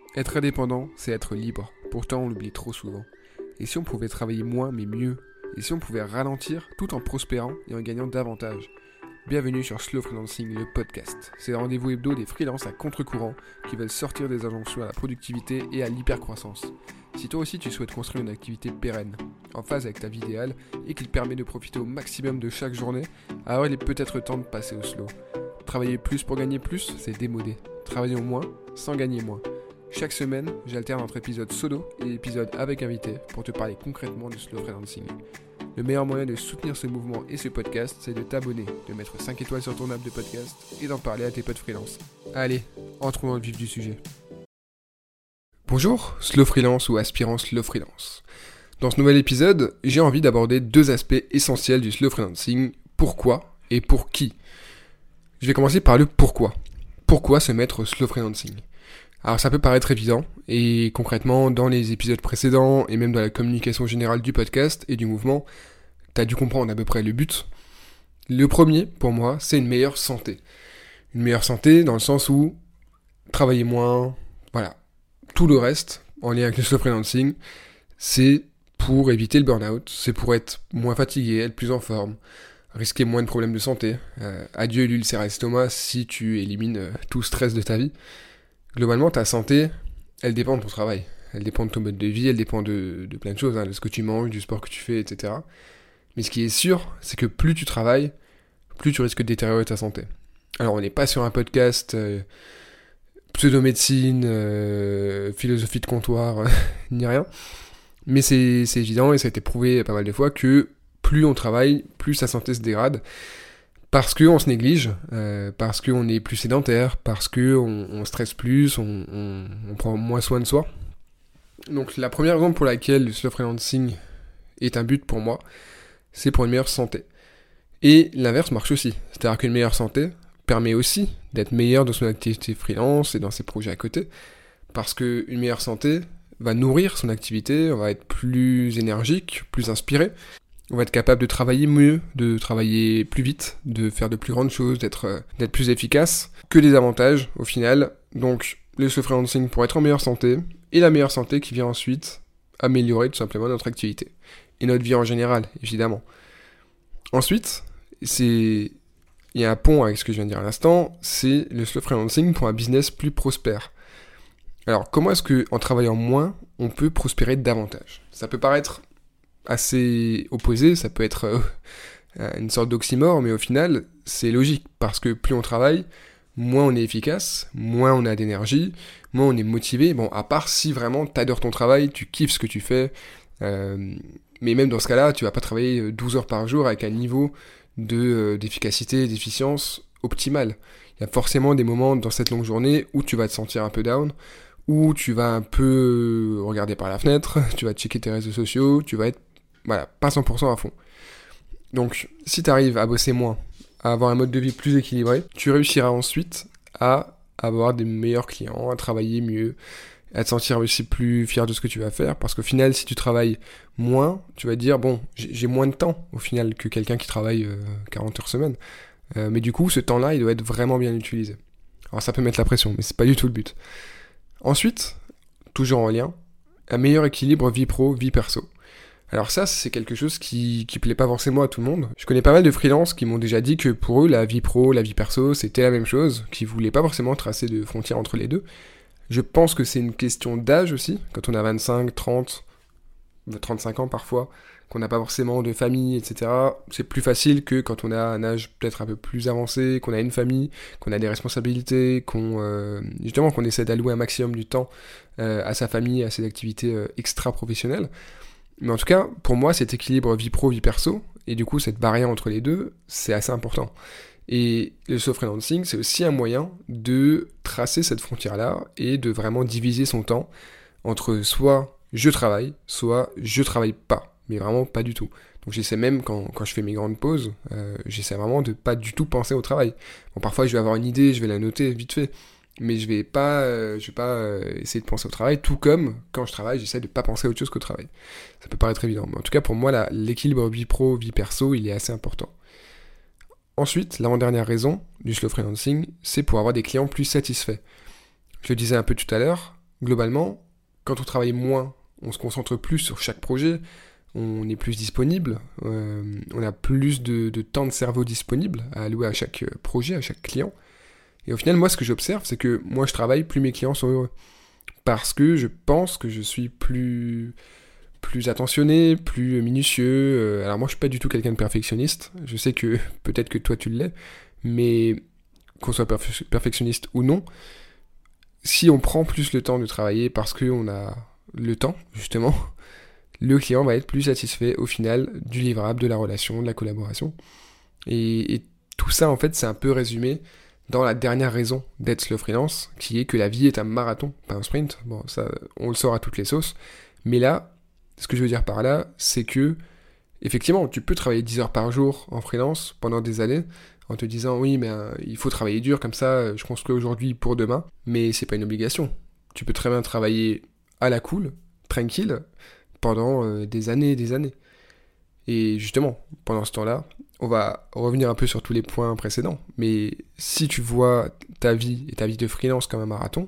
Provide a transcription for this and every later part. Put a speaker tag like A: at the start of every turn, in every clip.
A: Être indépendant, c'est être libre. Pourtant, on l'oublie trop souvent. Et si on pouvait travailler moins mais mieux? Et si on pouvait ralentir tout en prospérant et en gagnant davantage? Bienvenue sur Slow Freelancing, le podcast. C'est le rendez-vous hebdo des freelances à contre-courant qui veulent sortir des injonctions à la productivité et à l'hypercroissance. Si toi aussi tu souhaites construire une activité pérenne, en phase avec ta vie idéale et qui te permet de profiter au maximum de chaque journée, alors il est peut-être temps de passer au slow. Travailler plus pour gagner plus, c'est démodé. Travaillons moins sans gagner moins. Chaque semaine, j'alterne entre épisodes solo et épisodes avec invité pour te parler concrètement du slow freelancing. Le meilleur moyen de soutenir ce mouvement et ce podcast, c'est de t'abonner, de mettre 5 étoiles sur ton app de podcast et d'en parler à tes potes freelance. Allez, entrons dans le vif du sujet. Bonjour, slow freelance ou aspirant slow freelance. Dans ce nouvel épisode, j'ai envie d'aborder deux aspects essentiels du slow freelancing, pourquoi et pour qui. Je vais commencer par le pourquoi. Pourquoi se mettre au slow freelancing ? Alors ça peut paraître évident, et concrètement, dans les épisodes précédents, et même dans la communication générale du podcast et du mouvement, t'as dû comprendre à peu près le but. Le premier, pour moi, c'est une meilleure santé. Une meilleure santé dans le sens où travailler moins, voilà. Tout le reste, en lien avec le slow freelancing, c'est pour éviter le burn-out, c'est pour être moins fatigué, être plus en forme, risquer moins de problèmes de santé. Adieu l'ulcère à l'estomac si tu élimines tout stress de ta vie. Globalement, ta santé, elle dépend de ton travail. Elle dépend de ton mode de vie, elle dépend de plein de choses, de ce que tu manges, du sport que tu fais, etc. Mais ce qui est sûr, c'est que plus tu travailles, plus tu risques de détériorer ta santé. Alors, on n'est pas sur un podcast pseudo-médecine, philosophie de comptoir, ni rien. Mais c'est évident, et ça a été prouvé pas mal de fois, que plus on travaille, plus sa santé se dégrade. Parce qu'on se néglige, parce qu'on est plus sédentaire, parce qu'on stresse plus, on prend moins soin de soi. Donc la première raison pour laquelle le slow freelancing est un but pour moi, c'est pour une meilleure santé. Et l'inverse marche aussi. C'est-à-dire qu'une meilleure santé permet aussi d'être meilleur dans son activité freelance et dans ses projets à côté. Parce qu'une meilleure santé va nourrir son activité, on va être plus énergique, plus inspiré. On va être capable de travailler mieux, de travailler plus vite, de faire de plus grandes choses, d'être plus efficace, que des avantages au final. Donc le slow freelancing pour être en meilleure santé, et la meilleure santé qui vient ensuite améliorer tout simplement notre activité. Et notre vie en général, évidemment. Ensuite, il y a un pont avec ce que je viens de dire à l'instant, c'est le slow freelancing pour un business plus prospère. Alors comment est-ce qu'en travaillant moins, on peut prospérer davantage ? Ça peut paraître assez opposé, ça peut être une sorte d'oxymore, mais au final, c'est logique, parce que plus on travaille, moins on est efficace, moins on a d'énergie, moins on est motivé, bon, à part si vraiment t'adores ton travail, tu kiffes ce que tu fais, mais même dans ce cas-là, tu vas pas travailler 12 heures par jour avec un niveau d'efficacité et d'efficience optimal. Il y a forcément des moments dans cette longue journée où tu vas te sentir un peu down, où tu vas un peu regarder par la fenêtre, tu vas checker tes réseaux sociaux, tu vas être pas 100% à fond. Donc, si tu arrives à bosser moins, à avoir un mode de vie plus équilibré, tu réussiras ensuite à avoir des meilleurs clients, à travailler mieux, à te sentir aussi plus fier de ce que tu vas faire, parce qu'au final, si tu travailles moins, tu vas te dire, bon, j'ai moins de temps, au final, que quelqu'un qui travaille 40 heures semaine. Mais du coup, ce temps-là, il doit être vraiment bien utilisé. Alors, ça peut mettre la pression, mais c'est pas du tout le but. Ensuite, toujours en lien, un meilleur équilibre vie pro, vie perso. Alors ça, c'est quelque chose qui plaît pas forcément à tout le monde. Je connais pas mal de freelances qui m'ont déjà dit que pour eux, la vie pro, la vie perso, c'était la même chose, qu'ils voulaient pas forcément tracer de frontières entre les deux. Je pense que c'est une question d'âge aussi, quand on a 25, 30, 35 ans parfois, qu'on n'a pas forcément de famille, etc. C'est plus facile que quand on a un âge peut-être un peu plus avancé, qu'on a une famille, qu'on a des responsabilités, justement qu'on essaie d'allouer un maximum du temps à sa famille, à ses activités extra-professionnelles. Mais en tout cas, pour moi, cet équilibre vie pro, vie perso, et du coup cette barrière entre les deux, c'est assez important. Et le slow freelancing, c'est aussi un moyen de tracer cette frontière-là et de vraiment diviser son temps entre soit je travaille, soit je travaille pas, mais vraiment pas du tout. Donc j'essaie même, quand je fais mes grandes pauses, j'essaie vraiment de pas du tout penser au travail. Bon, parfois je vais avoir une idée, je vais la noter vite fait, mais je vais pas essayer de penser au travail, tout comme quand je travaille, j'essaie de pas penser à autre chose qu'au travail. Ça peut paraître évident, mais en tout cas pour moi, l'équilibre vie pro, vie perso, il est assez important. Ensuite, l'avant-dernière raison du slow freelancing, c'est pour avoir des clients plus satisfaits. Je le disais un peu tout à l'heure, globalement, quand on travaille moins, on se concentre plus sur chaque projet, on est plus disponible, on a plus de temps de cerveau disponible à allouer à chaque projet, à chaque client. Et au final, moi, ce que j'observe, c'est que moi, je travaille, plus mes clients sont heureux. Parce que je pense que je suis plus attentionné, plus minutieux. Alors moi, je suis pas du tout quelqu'un de perfectionniste. Je sais que peut-être que toi, tu l'es. Mais qu'on soit perfectionniste ou non, si on prend plus le temps de travailler parce qu'on a le temps, justement, le client va être plus satisfait au final du livrable, de la relation, de la collaboration. Et tout ça, en fait, c'est un peu résumé dans la dernière raison d'être slow freelance, qui est que la vie est un marathon, pas un sprint. Bon, ça, on le sort à toutes les sauces. Mais là, ce que je veux dire par là, c'est que, effectivement, tu peux travailler 10 heures par jour en freelance pendant des années, en te disant, oui, mais il faut travailler dur, comme ça, je construis aujourd'hui pour demain. Mais c'est pas une obligation. Tu peux très bien travailler à la cool, tranquille, pendant des années et des années. Et justement, pendant ce temps-là, on va revenir un peu sur tous les points précédents, mais si tu vois ta vie et ta vie de freelance comme un marathon,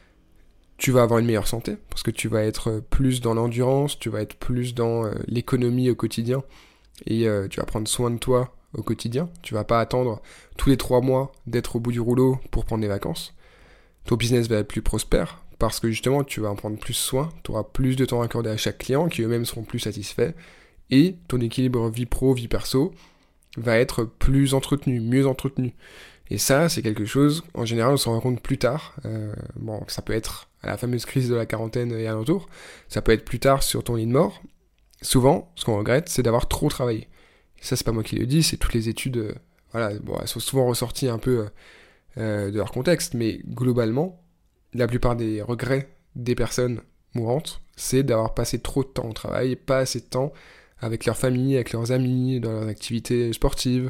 A: tu vas avoir une meilleure santé, parce que tu vas être plus dans l'endurance, tu vas être plus dans l'économie au quotidien, et tu vas prendre soin de toi au quotidien. Tu vas pas attendre tous les 3 mois d'être au bout du rouleau pour prendre des vacances. Ton business va être plus prospère, parce que justement, tu vas en prendre plus soin, tu auras plus de temps accordé à chaque client, qui eux-mêmes seront plus satisfaits, et ton équilibre vie pro, vie perso, va être plus entretenu, mieux entretenu. Et ça, c'est quelque chose, en général, on s'en rend compte plus tard. Bon, ça peut être à la fameuse crise de la quarantaine et alentour, ça peut être plus tard sur ton lit de mort. Souvent, ce qu'on regrette, c'est d'avoir trop travaillé. Et ça, c'est pas moi qui le dis, c'est toutes les études, voilà, bon, elles sont souvent ressorties un peu de leur contexte, mais globalement, la plupart des regrets des personnes mourantes, c'est d'avoir passé trop de temps au travail et pas assez de temps avec leur famille, avec leurs amis, dans leurs activités sportives.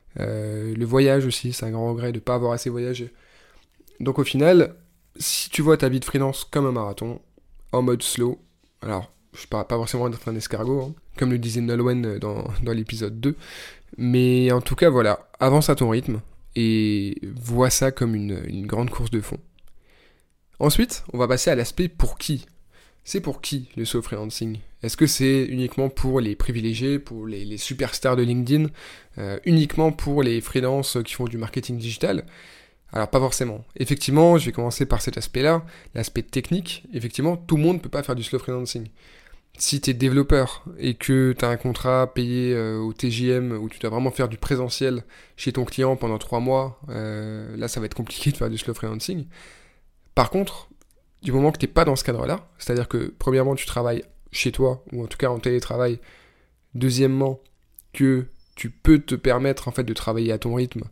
A: Le voyage aussi, c'est un grand regret de ne pas avoir assez voyagé. Donc au final, si tu vois ta vie de freelance comme un marathon, en mode slow, alors je parle pas forcément d'être un escargot, hein, comme le disait Nolwenn dans l'épisode 2, mais en tout cas voilà, avance à ton rythme et vois ça comme une grande course de fond. Ensuite, on va passer à l'aspect pour qui. C'est pour qui le slow freelancing? Est-ce que c'est uniquement pour les privilégiés, pour les superstars de LinkedIn, uniquement pour les freelances qui font du marketing digital? Alors pas forcément. Effectivement, je vais commencer par cet aspect-là, l'aspect technique. Effectivement, tout le monde ne peut pas faire du slow freelancing. Si tu es développeur et que tu as un contrat payé au TJM où tu dois vraiment faire du présentiel chez ton client pendant 3 mois, là ça va être compliqué de faire du slow freelancing. Par contre, du moment que tu n'es pas dans ce cadre-là, c'est-à-dire que premièrement tu travailles chez toi, ou en tout cas en télétravail, deuxièmement que tu peux te permettre en fait de travailler à ton rythme,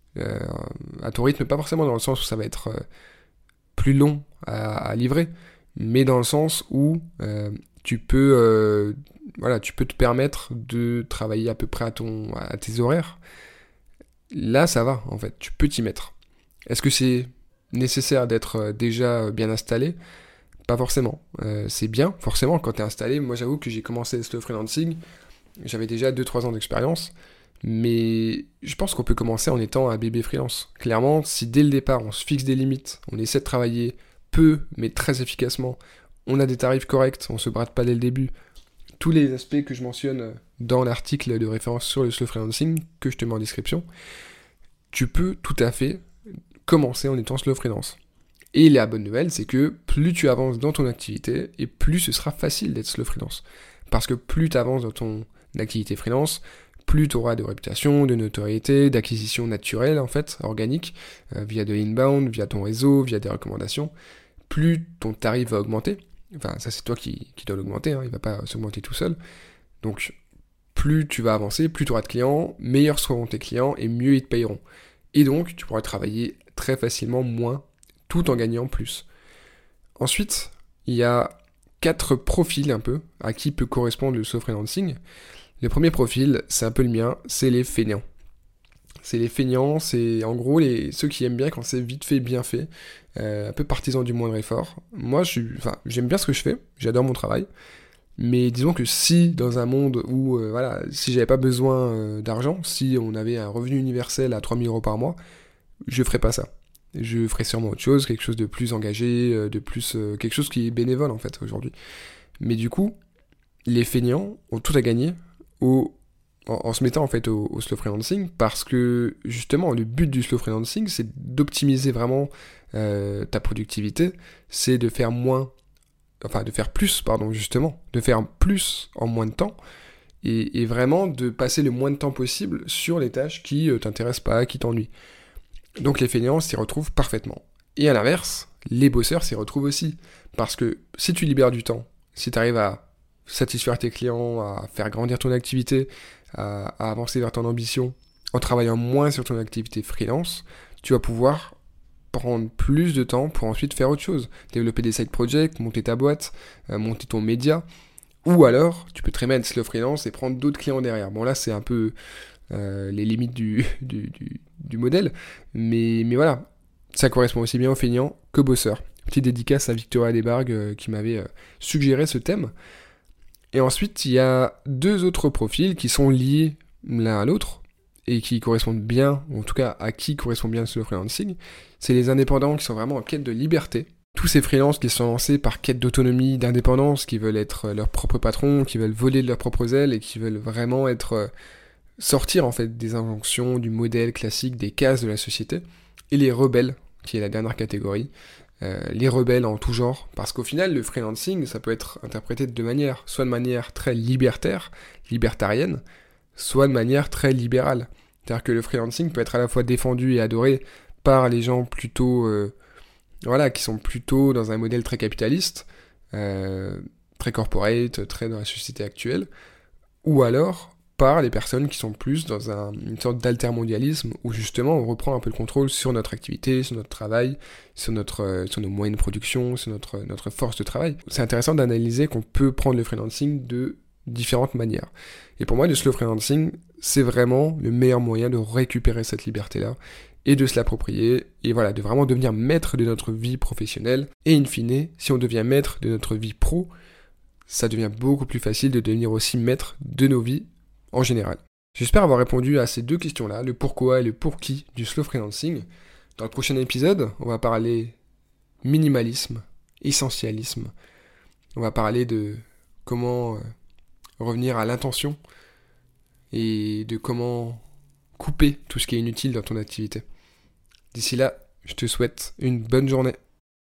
A: pas forcément dans le sens où ça va être plus long à livrer, mais dans le sens où tu peux te permettre de travailler à peu près à tes horaires. Là ça va en fait, tu peux t'y mettre. Est-ce que c'est nécessaire d'être déjà bien installé? Pas forcément. C'est bien, forcément, quand t'es installé. Moi, j'avoue que j'ai commencé le freelancing, j'avais déjà 2-3 ans d'expérience, mais je pense qu'on peut commencer en étant un bébé freelance. Clairement, si dès le départ, on se fixe des limites, on essaie de travailler peu, mais très efficacement, on a des tarifs corrects, on se brade pas dès le début, tous les aspects que je mentionne dans l'article de référence sur le slow freelancing, que je te mets en description, tu peux tout à fait commencer en étant slow freelance. Et la bonne nouvelle, c'est que plus tu avances dans ton activité, et plus ce sera facile d'être slow freelance. Parce que plus tu avances dans ton activité freelance, plus tu auras de réputation, de notoriété, d'acquisition naturelle, en fait, organique, via de l'inbound, via ton réseau, via des recommandations, plus ton tarif va augmenter. Enfin, ça c'est toi qui dois l'augmenter, hein, il ne va pas s'augmenter tout seul. Donc, plus tu vas avancer, plus tu auras de clients, meilleurs seront tes clients, et mieux ils te payeront. Et donc, tu pourras travailler très facilement moins, tout en gagnant plus. Ensuite, il y a 4 profils un peu à qui peut correspondre le slow freelancing. Le premier profil, c'est un peu le mien, c'est les feignants. C'est les feignants, c'est en gros ceux qui aiment bien quand c'est vite fait, bien fait, un peu partisans du moindre effort. Moi, j'aime bien ce que je fais, j'adore mon travail, mais disons que si dans un monde où, si j'avais pas besoin d'argent, si on avait un revenu universel à 3 000 € par mois, je ferais pas ça. je ferai sûrement autre chose, quelque chose de plus engagé, quelque chose qui est bénévole en fait aujourd'hui. Mais du coup, les feignants ont tout à gagner en se mettant en fait au slow freelancing, parce que justement le but du slow freelancing, c'est d'optimiser vraiment ta productivité, c'est de faire plus en moins de temps, et vraiment de passer le moins de temps possible sur les tâches qui t'intéressent pas, qui t'ennuient. Donc les feignants s'y retrouvent parfaitement. Et à l'inverse, les bosseurs s'y retrouvent aussi. Parce que si tu libères du temps, si tu arrives à satisfaire tes clients, à faire grandir ton activité, à avancer vers ton ambition, en travaillant moins sur ton activité freelance, tu vas pouvoir prendre plus de temps pour ensuite faire autre chose. Développer des side projects, monter ta boîte, monter ton média. Ou alors, tu peux très bien être slow freelance et prendre d'autres clients derrière. Bon là, c'est un peu les limites du modèle, mais voilà, ça correspond aussi bien aux feignants qu'aux bosseurs. Petite dédicace à Victoria Desbargues qui m'avait suggéré ce thème. Et ensuite, il y a deux autres profils qui sont liés l'un à l'autre et qui correspondent bien, ou en tout cas à qui correspond bien le slow freelancing. C'est les indépendants qui sont vraiment en quête de liberté. Tous ces freelances qui sont lancés par quête d'autonomie, d'indépendance, qui veulent être leurs propres patrons, qui veulent voler de leurs propres ailes et qui veulent vraiment sortir en fait des injonctions, du modèle classique, des cases de la société. Et les rebelles, qui est la dernière catégorie, les rebelles en tout genre, parce qu'au final le freelancing ça peut être interprété de deux manières, soit de manière très libertarienne, soit de manière très libérale. C'est-à-dire que le freelancing peut être à la fois défendu et adoré par les gens plutôt qui sont plutôt dans un modèle très capitaliste, très corporate, très dans la société actuelle, ou alors par les personnes qui sont plus dans une sorte d'altermondialisme, où justement on reprend un peu le contrôle sur notre activité, sur notre travail, sur nos moyens de production, sur notre force de travail. C'est intéressant d'analyser qu'on peut prendre le freelancing de différentes manières. Et pour moi, le slow freelancing, c'est vraiment le meilleur moyen de récupérer cette liberté-là, et de se l'approprier, et voilà, de vraiment devenir maître de notre vie professionnelle. Et in fine, si on devient maître de notre vie pro, ça devient beaucoup plus facile de devenir aussi maître de nos vies en général. J'espère avoir répondu à ces deux questions-là, le pourquoi et le pour qui du slow freelancing. Dans le prochain épisode, on va parler minimalisme, essentialisme. On va parler de comment revenir à l'intention et de comment couper tout ce qui est inutile dans ton activité. D'ici là, je te souhaite une bonne journée.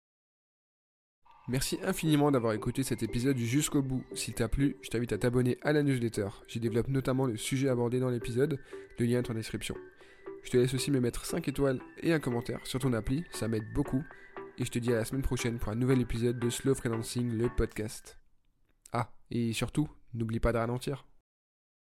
A: Merci infiniment d'avoir écouté cet épisode jusqu'au bout. S'il t'a plu, je t'invite à t'abonner à la newsletter. J'y développe notamment le sujet abordé dans l'épisode, le lien est en description. Je te laisse aussi me mettre 5 étoiles et un commentaire sur ton appli, ça m'aide beaucoup. Et je te dis à la semaine prochaine pour un nouvel épisode de Slow Freelancing, le podcast. Ah, et surtout, n'oublie pas de ralentir.